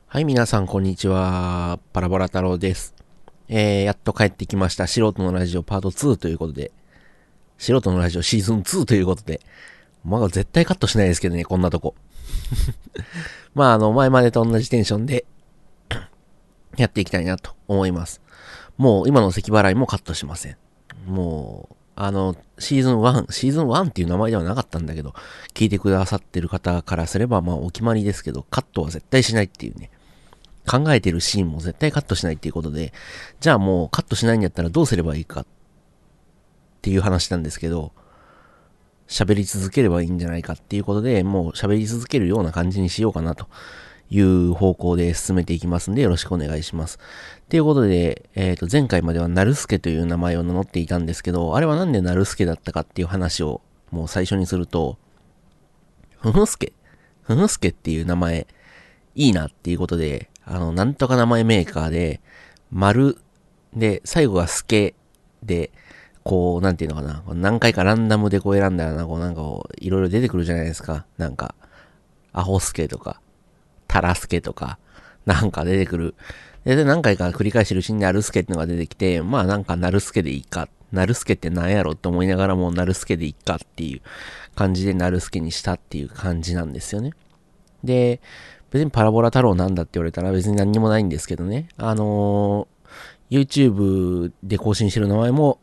はい、皆さん、こんにちは。パラボラ太郎です。やっと帰ってきました。素人のラジオパート2ということで、素人のラジオシーズン2ということで、まあ、絶対カットしないですけどね、こんなとこ。前までと同じテンションでやっていきたいなと思います。もう、今の咳払いもカットしません。もう、シーズン1っていう名前ではなかったんだけど、聞いてくださってる方からすれば、まあ、お決まりですけど、カットは絶対しないっていうね。考えてるシーンも絶対カットしないっていうことで、じゃあもうカットしないんやったらどうすればいいかっていう話なんですけど、喋り続ければいいんじゃないかっていうことで、もう喋り続けるような感じにしようかなという方向で進めていきますんでよろしくお願いします。ということで、前回まではナルスケという名前を名乗っていたんですけど、あれはなんでナルスケだったかっていう話をもう最初にすると、ふふすけっていう名前いいなっていうことで、なんとか名前メーカーで、丸で、最後がスケで、こう、なんていうのかな、何回かランダムでこう選んだらな、こうなんかいろいろ出てくるじゃないですか。なんか、アホスケとか、タラスケとか、なんか出てくる。で、何回か繰り返してるうちにナルスケってのが出てきて、まあなんかナルスケでいいか。ナルスケってなんやろって思いながらもナルスケでいいかっていう感じでナルスケにしたっていう感じなんですよね。で、別にパラボラ太郎なんだって言われたら別に何にもないんですけどね。YouTube で更新してる名前も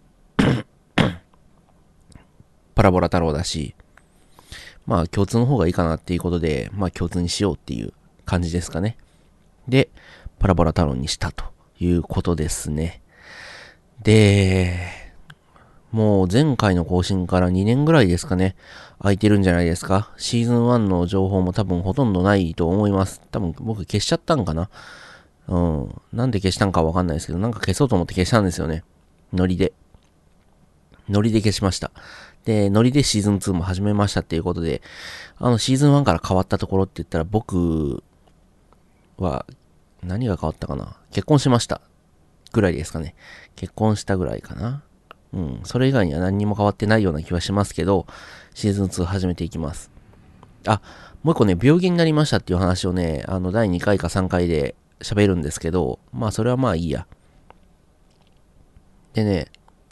パラボラ太郎だし、まあ共通の方がいいかなっていうことで、まあ共通にしようっていう感じですかね。で、パラボラ太郎にしたということですね。で、もう前回の更新から2年ぐらいですかね。空いてるんじゃないですか。シーズン1の情報も多分ほとんどないと思います。多分僕消しちゃったんかな。うん。なんで消したんかわかんないですけど、なんか消そうと思って消したんですよね。ノリで。ノリで消しました。で、ノリでシーズン2も始めましたっていうことで、シーズン1から変わったところって言ったら僕は、何が変わったかな。結婚しました。ぐらいですかね。結婚したぐらいかな。うん。それ以外には何にも変わってないような気はしますけど、シーズン2始めていきます。あ、もう一個ね、病気になりましたっていう話をね、第2回か3回で喋るんですけど、まあそれはまあいいや。でね、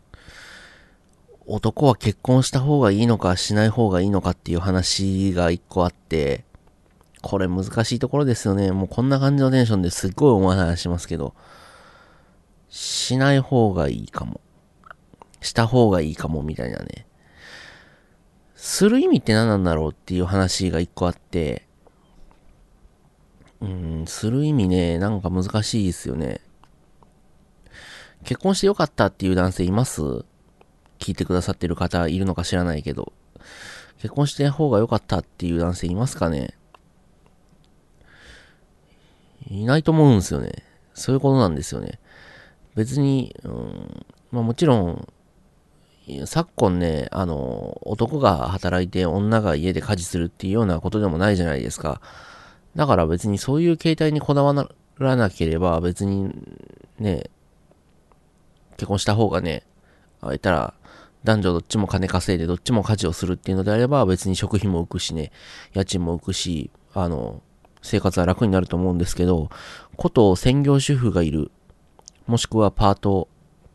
男は結婚した方がいいのかしない方がいいのかっていう話が一個あって、これ難しいところですよね。もうこんな感じのテンションですっごい思い話しますけど、しない方がいいかも。した方がいいかもみたいなね。する意味って何なんだろうっていう話が一個あって、する意味ね、なんか難しいですよね。結婚してよかったっていう男性います？聞いてくださってる方いるのか知らないけど、結婚して方が良かったっていう男性いますかね？いないと思うんですよね。そういうことなんですよね。別に、まあもちろん、昨今ね、男が働いて女が家で家事するっていうようなことでもないじゃないですか。だから別にそういう形態にこだわらなければ別にね、結婚した方がね、あえたら男女どっちも金稼いでどっちも家事をするっていうのであれば別に食費も浮くしね、家賃も浮くし、生活は楽になると思うんですけど、こと専業主婦がいる、もしくはパート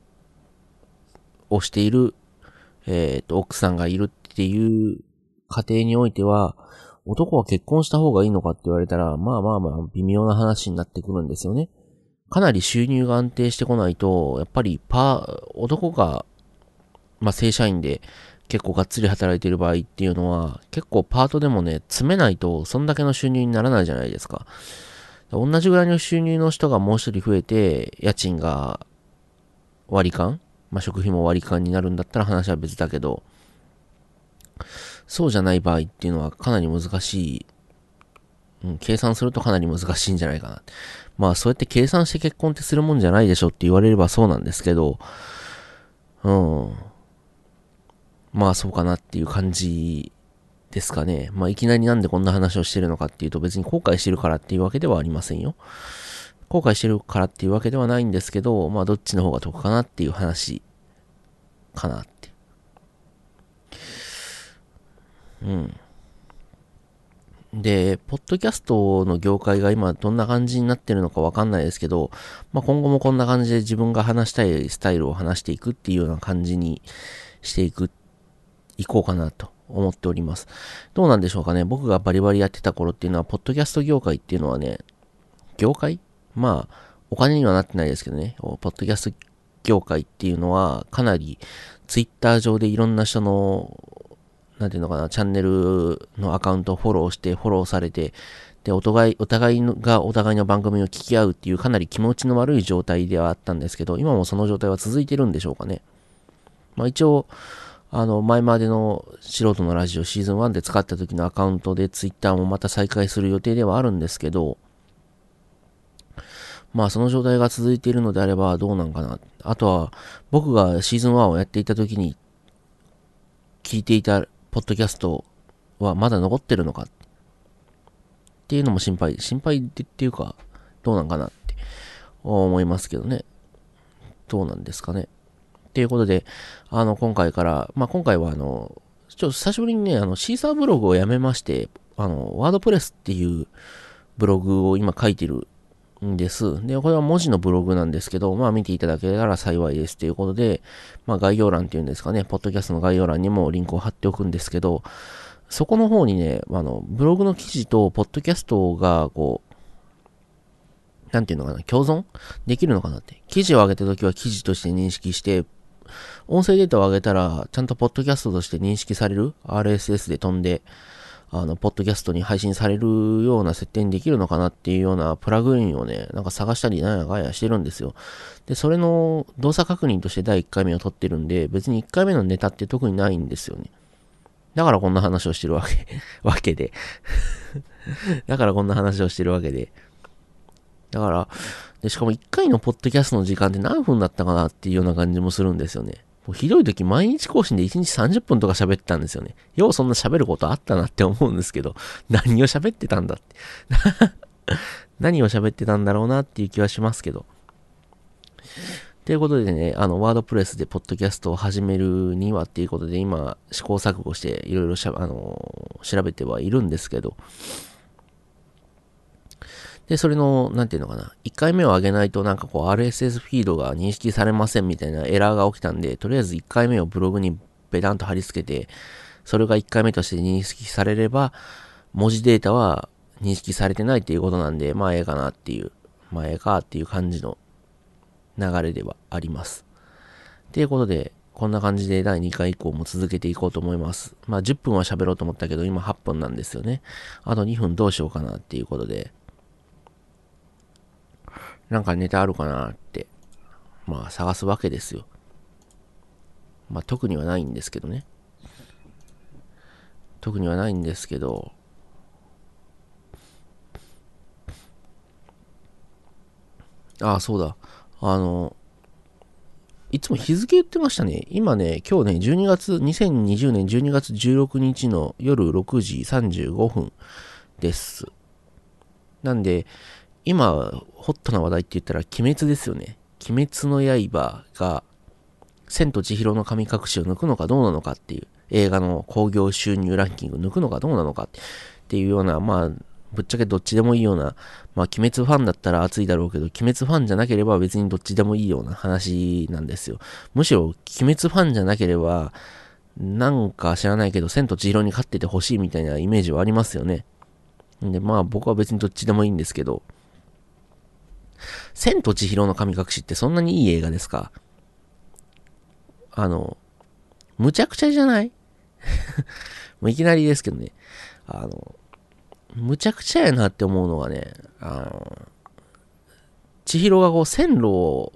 をしている、奥さんがいるっていう家庭においては、男は結婚した方がいいのかって言われたら、微妙な話になってくるんですよね。かなり収入が安定してこないと、やっぱり男が、正社員で結構がっつり働いてる場合っていうのは、結構パートでもね、詰めないと、そんだけの収入にならないじゃないですか。同じぐらいの収入の人がもう一人増えて、家賃が割り勘食費も割り勘になるんだったら話は別だけど、そうじゃない場合っていうのはかなり難しい。計算するとかなり難しいんじゃないかな。まあそうやって計算して結婚ってするもんじゃないでしょって言われればそうなんですけど、うん。まあそうかなっていう感じですかね。まあいきなりなんでこんな話をしてるのかっていうと別に後悔してるからっていうわけではありませんよ。後悔してるからっていうわけではないんですけど、まあどっちの方が得かなっていう話かなって。 で、ポッドキャストの業界が今どんな感じになってるのかわかんないですけど、まあ、今後もこんな感じで自分が話したいスタイルを話していくっていうような感じにしていこうかなと思っております。どうなんでしょうかね。僕がバリバリやってた頃っていうのは、ポッドキャスト業界っていうのはね、業界まあ、お金にはなってないですけどね、ポッドキャスト業界っていうのは、かなりツイッター上でいろんな人のなんていうのかな、チャンネルのアカウントをフォローして、フォローされて、で、お互いがお互いの番組を聞き合うっていうかなり気持ちの悪い状態ではあったんですけど、今もその状態は続いてるんでしょうかね。まあ一応、前までの素人のラジオシーズン1で使った時のアカウントでツイッターもまた再開する予定ではあるんですけど、まあその状態が続いているのであればどうなんかな。あとは、僕がシーズン1をやっていた時に聞いていたポッドキャストはまだ残ってるのかっていうのも心配っていうか、どうなんかなって思いますけどね。どうなんですかね。っていうことで、今回から、まあ、今回はちょっと久しぶりにね、シーサーブログをやめまして、ワードプレスっていうブログを今書いてるんです。で、これは文字のブログなんですけど、まあ見ていただけたら幸いですということで、まあ概要欄っていうんですかね、ポッドキャストの概要欄にもリンクを貼っておくんですけど、そこの方にね、ブログの記事とポッドキャストが、こう、なんていうのかな、共存できるのかなって。記事を上げたときは記事として認識して、音声データを上げたら、ちゃんとポッドキャストとして認識される ?RSS で飛んで、ポッドキャストに配信されるような設定にできるのかなっていうようなプラグインをね、なんか探したりなんやかんやしてるんですよ。で、それの動作確認として第1回目を撮ってるんで、別に1回目のネタって特にないんですよね。だからこんな話をしてるわけで。だからこんな話をしてるわけで。だから、で、しかも1回のポッドキャストの時間って何分だったかなっていうような感じもするんですよね。もうひどい時毎日更新で1日30分とか喋ってたんですよね。ようそんな喋ることあったなって思うんですけど、何を喋ってたんだって。何を喋ってたんだろうなっていう気はしますけど。ということでね、ワードプレスでポッドキャストを始めるにはっていうことで今試行錯誤していろいろ調べてはいるんですけど、で、それの、なんていうのかな。1回目を上げないとなんかこう RSS フィードが認識されませんみたいなエラーが起きたんで、とりあえず1回目をブログにベタンと貼り付けて、それが1回目として認識されれば、文字データは認識されてないっていうことなんで、まあええかなっていう、まあええかっていう感じの流れではあります。っていうことで、こんな感じで第2回以降も続けていこうと思います。まあ10分は喋ろうと思ったけど、今8分なんですよね。あと2分どうしようかなっていうことで、なんかネタあるかなって、まあ探すわけですよ。まあ特にはないんですけどね。特にはないんですけど、ああ、そうだ。いつも日付言ってましたね。今ね、今日ね、2020年12月16日の夜6時35分です。なんで、今、ホットな話題って言ったら、鬼滅ですよね。鬼滅の刃が、千と千尋の神隠しを抜くのかどうなのかっていう、映画の興行収入ランキング抜くのかどうなのかっていうような、まあ、ぶっちゃけどっちでもいいような、まあ、鬼滅ファンだったら熱いだろうけど、鬼滅ファンじゃなければ別にどっちでもいいような話なんですよ。むしろ、鬼滅ファンじゃなければ、なんか知らないけど、千と千尋に勝っててほしいみたいなイメージはありますよね。で、まあ僕は別にどっちでもいいんですけど、千と千尋の神隠しってそんなにいい映画ですか？むちゃくちゃじゃない？もういきなりですけどね。むちゃくちゃやなって思うのはね、千尋がこう線路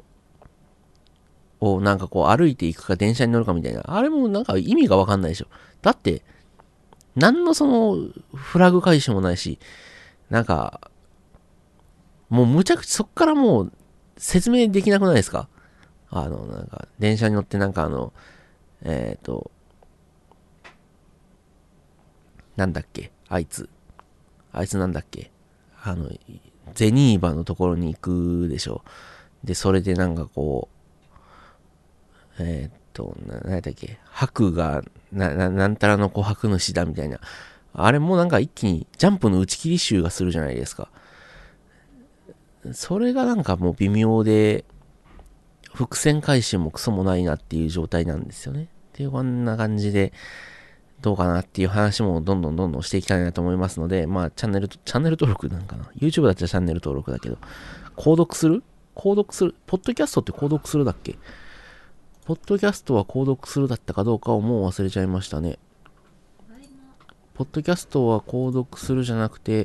をなんかこう歩いていくか電車に乗るかみたいな。あれもなんか意味がわかんないでしょ。だって、何のそのフラグ回収もないし、なんか、もうむちゃくちゃそっからもう説明できなくないですか？なんか電車に乗ってなんかえっ、ー、と、なんだっけあいつなんだっけゼニーバのところに行くでしょ。で、それでなんかこう、なんだっけ、白が、なんたらの琥珀主だみたいな、 あれもなんか一気にジャンプの打ち切り集がするじゃないですか。それがなんかもう微妙で、伏線回収もクソもないなっていう状態なんですよね。っていうこんな感じで、どうかなっていう話もどんどんしていきたいなと思いますので、まあチャンネル登録なんかな。YouTube だったらチャンネル登録だけど、購読するポッドキャストって購読するだっけ？ポッドキャストは購読するだったかどうかをもう忘れちゃいましたね。ポッドキャストは購読するじゃなくて、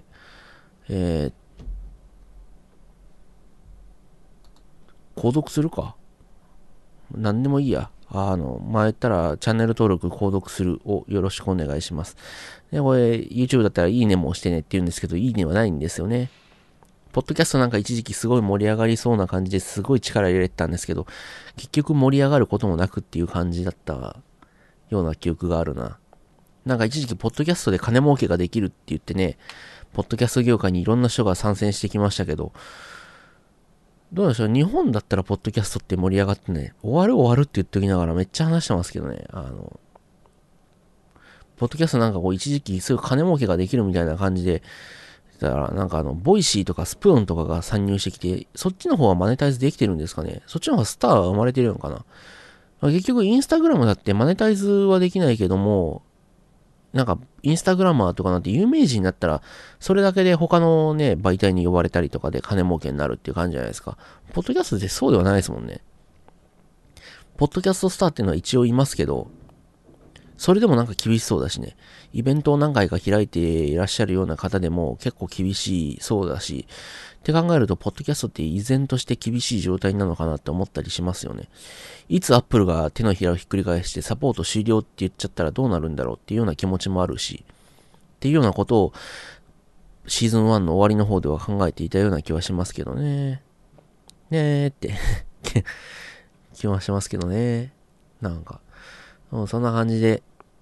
購読するか。なんでもいいや。言ったら、チャンネル登録、購読するをよろしくお願いします。で、これ、YouTube だったらいいねも押してねって言うんですけど、いいねはないんですよね。ポッドキャストなんか一時期すごい盛り上がりそうな感じですごい力入れてたんですけど、結局盛り上がることもなくっていう感じだったような記憶があるな。なんか一時期、ポッドキャストで金儲けができるって言ってね、ポッドキャスト業界にいろんな人が参戦してきましたけど、どうなんでしょう、日本だったらポッドキャストって盛り上がってね、終わるって言っておきながらめっちゃ話してますけどね、ポッドキャストなんかこう一時期すぐ金儲けができるみたいな感じで、だからなんかボイシーとかスプーンとかが参入してきて、そっちの方はマネタイズできてるんですかね。そっちの方がスターは生まれてるのかな。結局インスタグラムだってマネタイズはできないけども、なんか、インスタグラマーとかなんて有名人になったら、それだけで他のね、媒体に呼ばれたりとかで金儲けになるっていう感じじゃないですか。ポッドキャストってそうではないですもんね。ポッドキャストスターっていうのは一応いますけど、それでもなんか厳しそうだしね。イベントを何回か開いていらっしゃるような方でも結構厳しそうだし、って考えると、ポッドキャストって依然として厳しい状態なのかなって思ったりしますよね。いつアップルが手のひらをひっくり返してサポート終了って言っちゃったらどうなるんだろうっていうような気持ちもあるし、っていうようなことをシーズン1の終わりの方では考えていたような気はしますけどね。ねーって気はしますけどね。なんか、そんな感じで、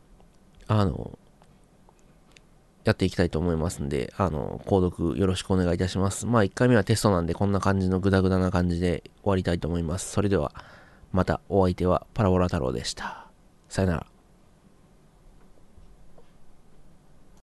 やっていきたいと思いますんで、購読よろしくお願いいたします。まあ1回目はテストなんでこんな感じのグダグダな感じで終わりたいと思います。それでは、またお相手はパラボラ太郎でした。さよなら。